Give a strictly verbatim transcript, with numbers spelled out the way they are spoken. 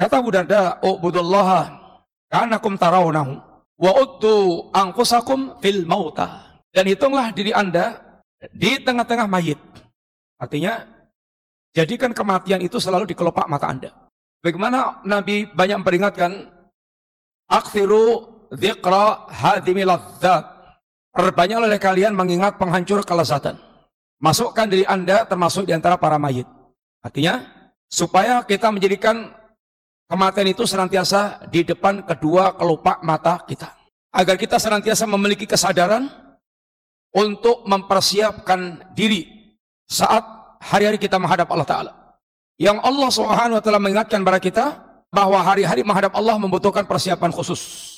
Kata Abu Darda, "Ubudullaha ka'annakum tarawnahu wa uddu anfusakum fil mauta." Dan hitunglah diri Anda di tengah-tengah mayit. Artinya, jadikan kematian itu selalu di kelopak mata Anda. Bagaimana Nabi banyak memperingatkan, "Akthiru dzikra hadhimi ladzat." Perbanyaklah oleh kalian mengingat penghancur kelezatan. Masukkan diri Anda termasuk di antara para mayit. Artinya, supaya kita menjadikan kematian itu senantiasa di depan kedua kelopak mata kita. Agar kita senantiasa memiliki kesadaran untuk mempersiapkan diri saat hari-hari kita menghadap Allah Ta'ala. Yang Allah Subhanahu wa Ta'ala mengingatkan kepada kita bahwa hari-hari menghadap Allah membutuhkan persiapan khusus.